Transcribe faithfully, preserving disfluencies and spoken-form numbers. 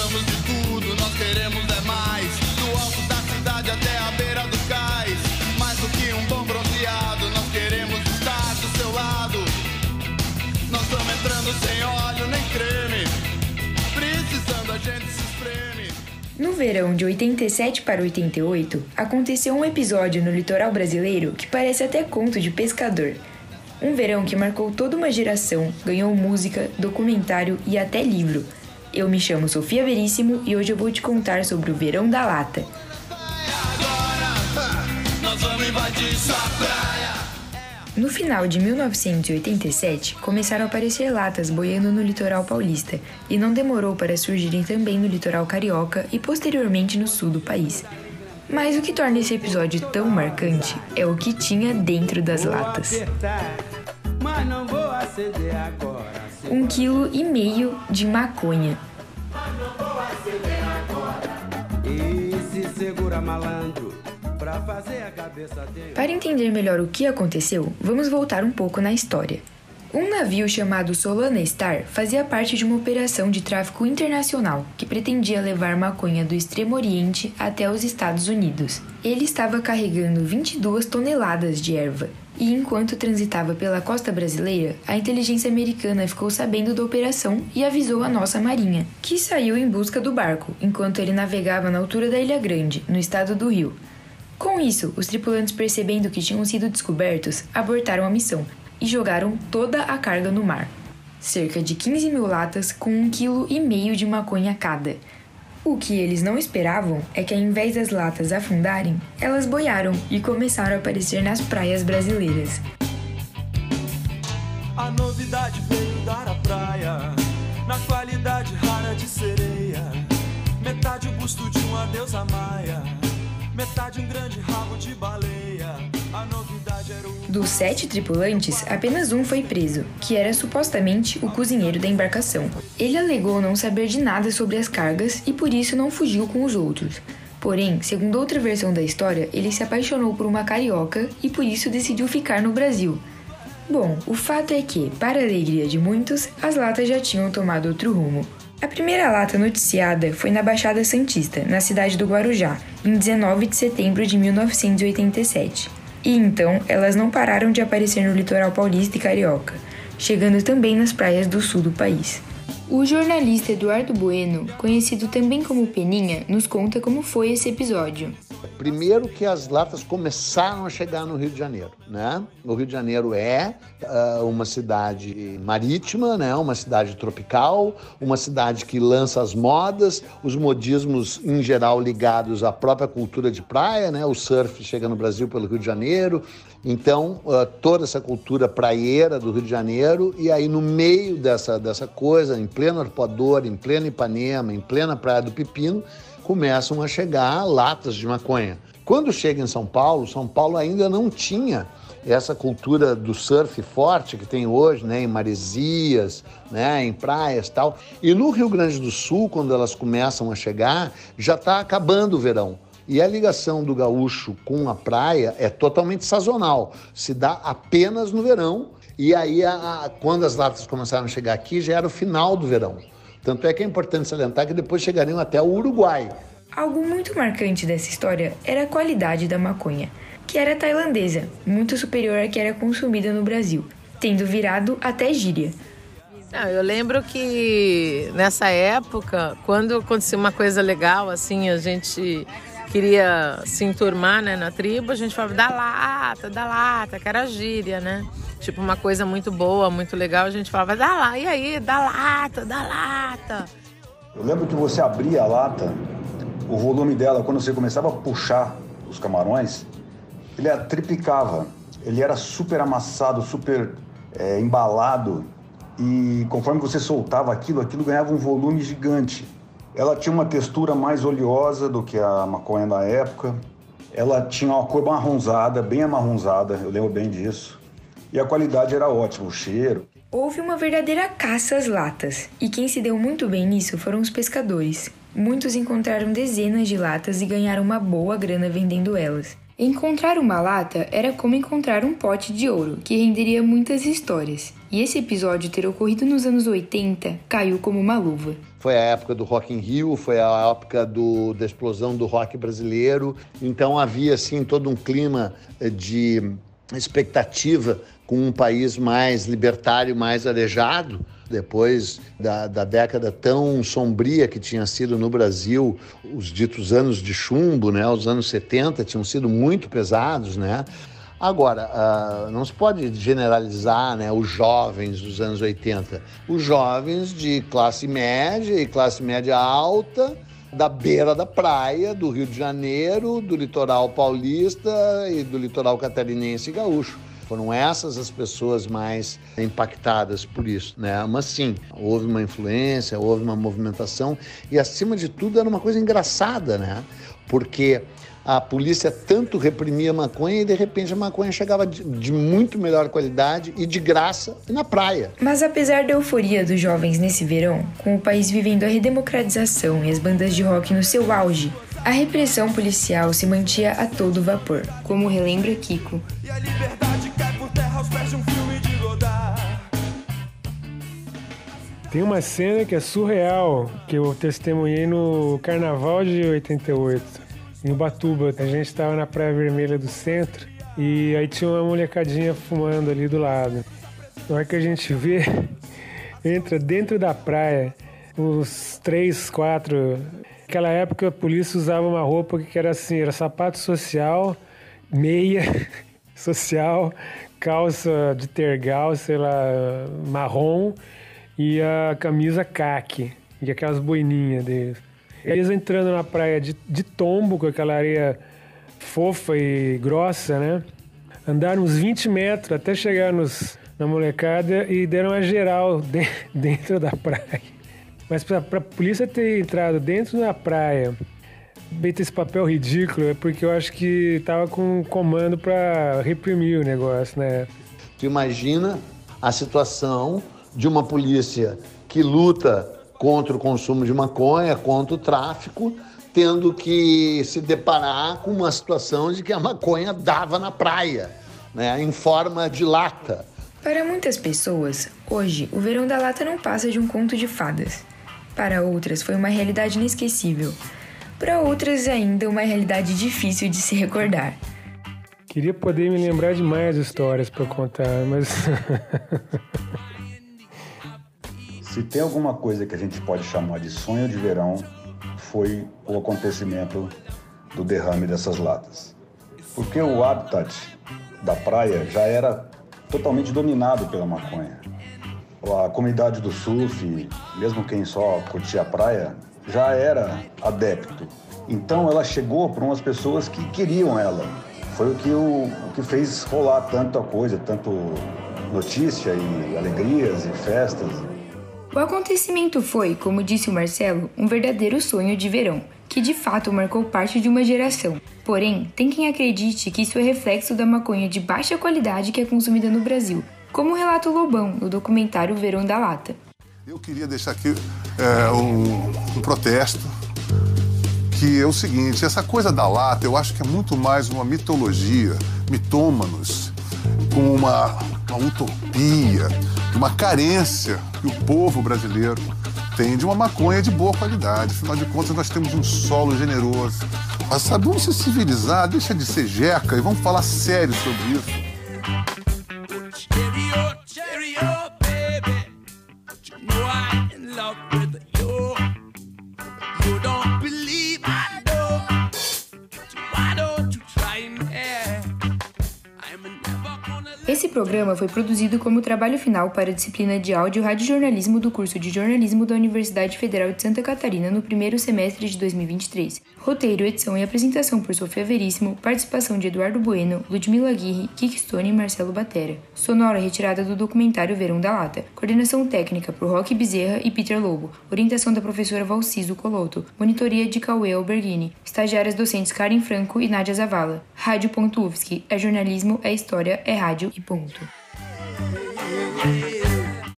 gostamos de tudo, nós queremos é mais. Do alto da cidade até a beira do cais. Mais do que um bom bronzeado, nós queremos estar do seu lado. Nós estamos entrando sem óleo nem creme. Precisando a gente se espreme. No verão de oitenta e sete para oitenta e oito, aconteceu um episódio no litoral brasileiro que parece até conto de pescador. Um verão que marcou toda uma geração, ganhou música, documentário e até livro. Eu me chamo Sofia Veríssimo e hoje eu vou te contar sobre o Verão da Lata. No final de mil novecentos e oitenta e sete, começaram a aparecer latas boiando no litoral paulista, e não demorou para surgirem também no litoral carioca e posteriormente no sul do país. Mas o que torna esse episódio tão marcante é o que tinha dentro das latas. Um quilo e meio de maconha. Para entender melhor o que aconteceu, vamos voltar um pouco na história. Um navio chamado Solana Star fazia parte de uma operação de tráfico internacional que pretendia levar maconha do Extremo Oriente até os Estados Unidos. Ele estava carregando vinte e duas toneladas de erva, e enquanto transitava pela costa brasileira, a inteligência americana ficou sabendo da operação e avisou a nossa marinha, que saiu em busca do barco, enquanto ele navegava na altura da Ilha Grande, no estado do Rio. Com isso, os tripulantes, percebendo que tinham sido descobertos, abortaram a missão e jogaram toda a carga no mar. Cerca de quinze mil latas com um quilo e meio de maconha cada. O que eles não esperavam é que, ao invés das latas afundarem, elas boiaram e começaram a aparecer nas praias brasileiras. A novidade veio dar a praia, na qualidade rara de sereia. Metade o busto de uma deusa maia, metade um grande rabo de baleia. A novidade era o... Dos sete tripulantes, apenas um foi preso, que era supostamente o cozinheiro da embarcação. Ele alegou não saber de nada sobre as cargas e por isso não fugiu com os outros. Porém, segundo outra versão da história, ele se apaixonou por uma carioca e por isso decidiu ficar no Brasil. Bom, o fato é que, para a alegria de muitos, as latas já tinham tomado outro rumo. A primeira lata noticiada foi na Baixada Santista, na cidade do Guarujá, em dezenove de setembro de mil novecentos e oitenta e sete. E então, elas não pararam de aparecer no litoral paulista e carioca, chegando também nas praias do sul do país. O jornalista Eduardo Bueno, conhecido também como Peninha, nos conta como foi esse episódio. Primeiro que as latas começaram a chegar no Rio de Janeiro, né? O Rio de Janeiro é uh, uma cidade marítima, né? Uma cidade tropical, uma cidade que lança as modas, os modismos em geral ligados à própria cultura de praia, né? O surf chega no Brasil pelo Rio de Janeiro, então uh, toda essa cultura praieira do Rio de Janeiro, e aí no meio dessa, dessa coisa, em pleno Arpoador, em pleno Ipanema, em plena Praia do Pepino, começam a chegar latas de maconha. Quando chega em São Paulo, São Paulo ainda não tinha essa cultura do surf forte que tem hoje, né, em Maresias, né, em praias e tal. E no Rio Grande do Sul, quando elas começam a chegar, já está acabando o verão. E a ligação do gaúcho com a praia é totalmente sazonal, se dá apenas no verão. E aí, a, a, quando as latas começaram a chegar aqui, já era o final do verão. Tanto é que é importante salientar que depois chegariam até o Uruguai. Algo muito marcante dessa história era a qualidade da maconha, que era tailandesa, muito superior à que era consumida no Brasil, tendo virado até gíria. Não, eu lembro que nessa época, quando acontecia uma coisa legal, assim, a gente queria se enturmar, né, na tribo, a gente falava da lata, da lata, que era gíria, né? Tipo, uma coisa muito boa, muito legal, a gente falava, dá lá, e aí, dá lata, dá lata. Eu lembro que você abria a lata, o volume dela, quando você começava a puxar os camarões, ele triplicava, ele era super amassado, super é, embalado, e conforme você soltava aquilo, aquilo ganhava um volume gigante. Ela tinha uma textura mais oleosa do que a maconha da época, ela tinha uma cor marronzada, bem amarronzada, eu lembro bem disso. E a qualidade era ótima, o cheiro. Houve uma verdadeira caça às latas, e quem se deu muito bem nisso foram os pescadores. Muitos encontraram dezenas de latas e ganharam uma boa grana vendendo elas. Encontrar uma lata era como encontrar um pote de ouro, que renderia muitas histórias. e esse episódio ter ocorrido nos anos oitenta caiu como uma luva. Foi a época do Rock in Rio, foi a época do, da explosão do rock brasileiro, então havia assim todo um clima de expectativa com um país mais libertário, mais arejado. Depois da, da década tão sombria que tinha sido no Brasil, os ditos anos de chumbo, né? Os anos setenta tinham sido muito pesados, né? Agora, uh, não se pode generalizar, né, os jovens dos anos oitenta. Os jovens de classe média e classe média alta, da beira da praia, do Rio de Janeiro, do litoral paulista e do litoral catarinense e gaúcho. Foram essas as pessoas mais impactadas por isso, né? Mas sim, houve uma influência, houve uma movimentação e, acima de tudo, era uma coisa engraçada, né? Porque a polícia tanto reprimia a maconha e, de repente, a maconha chegava de, de muito melhor qualidade e de graça na praia. Mas apesar da euforia dos jovens nesse verão, com o país vivendo a redemocratização e as bandas de rock no seu auge, a repressão policial se mantinha a todo vapor, como relembra Kiko. E a liberdade cai por terra aos pés de um filme de Godard. Tem uma cena que é surreal, que eu testemunhei no Carnaval de oitenta e oito. Em Ubatuba, a gente estava na Praia Vermelha do centro e aí tinha uma molecadinha fumando ali do lado. Na hora que a gente vê, entra dentro da praia uns três, quatro... Naquela época a polícia usava uma roupa que era assim, era sapato social, meia social, calça de tergal, sei lá, marrom e a camisa caque e aquelas boininhas deles. Eles entrando na praia de, de tombo, com aquela areia fofa e grossa, né? Andaram uns vinte metros até chegar nos, na molecada e deram a geral de, dentro da praia. Mas para a polícia ter entrado dentro da praia, feito esse papel ridículo, é porque eu acho que estava com um comando para reprimir o negócio, né? Tu imagina a situação de uma polícia que luta contra o consumo de maconha, contra o tráfico, tendo que se deparar com uma situação de que a maconha dava na praia, né, em forma de lata. Para muitas pessoas, hoje, o verão da lata não passa de um conto de fadas. Para outras, foi uma realidade inesquecível. Para outras, ainda uma realidade difícil de se recordar. Queria poder me lembrar de mais histórias para contar, mas... Se tem alguma coisa que a gente pode chamar de sonho de verão, foi o acontecimento do derrame dessas latas. Porque o habitat da praia já era totalmente dominado pela maconha. A comunidade do surf, mesmo quem só curtia a praia, já era adepto. Então ela chegou para umas pessoas que queriam ela. Foi o que, o, o que fez rolar tanta coisa, tanto notícia e alegrias e festas. O acontecimento foi, como disse o Marcelo, um verdadeiro sonho de verão, que de fato marcou parte de uma geração. Porém, tem quem acredite que isso é reflexo da maconha de baixa qualidade que é consumida no Brasil, como relata o Lobão no documentário Verão da Lata. Eu queria deixar aqui é, um, um protesto, que é o seguinte: essa coisa da lata eu acho que é muito mais uma mitologia, mitômanos, com uma, uma utopia, uma carência que o povo brasileiro tem de uma maconha de boa qualidade. Afinal de contas, nós temos um solo generoso. Mas sabe, vamos se civilizar, deixa de ser jeca e vamos falar sério sobre isso. Esse programa foi produzido como trabalho final para a disciplina de áudio e radiojornalismo do curso de jornalismo da Universidade Federal de Santa Catarina no primeiro semestre de dois mil e vinte e três. Roteiro, edição e apresentação por Sofia Veríssimo, participação de Eduardo Bueno, Ludmila Aguirre, Kiki Stone e Marcelo Batera. Sonora retirada do documentário Verão da Lata. Coordenação técnica por Roque Bezerra e Peter Lobo. Orientação da professora Valciso Coloto. Monitoria de Cauê Alberghini. Estagiárias docentes Karen Franco e Nádia Zavala. Rádio.U F S C. É jornalismo, é história, é rádio e ponto.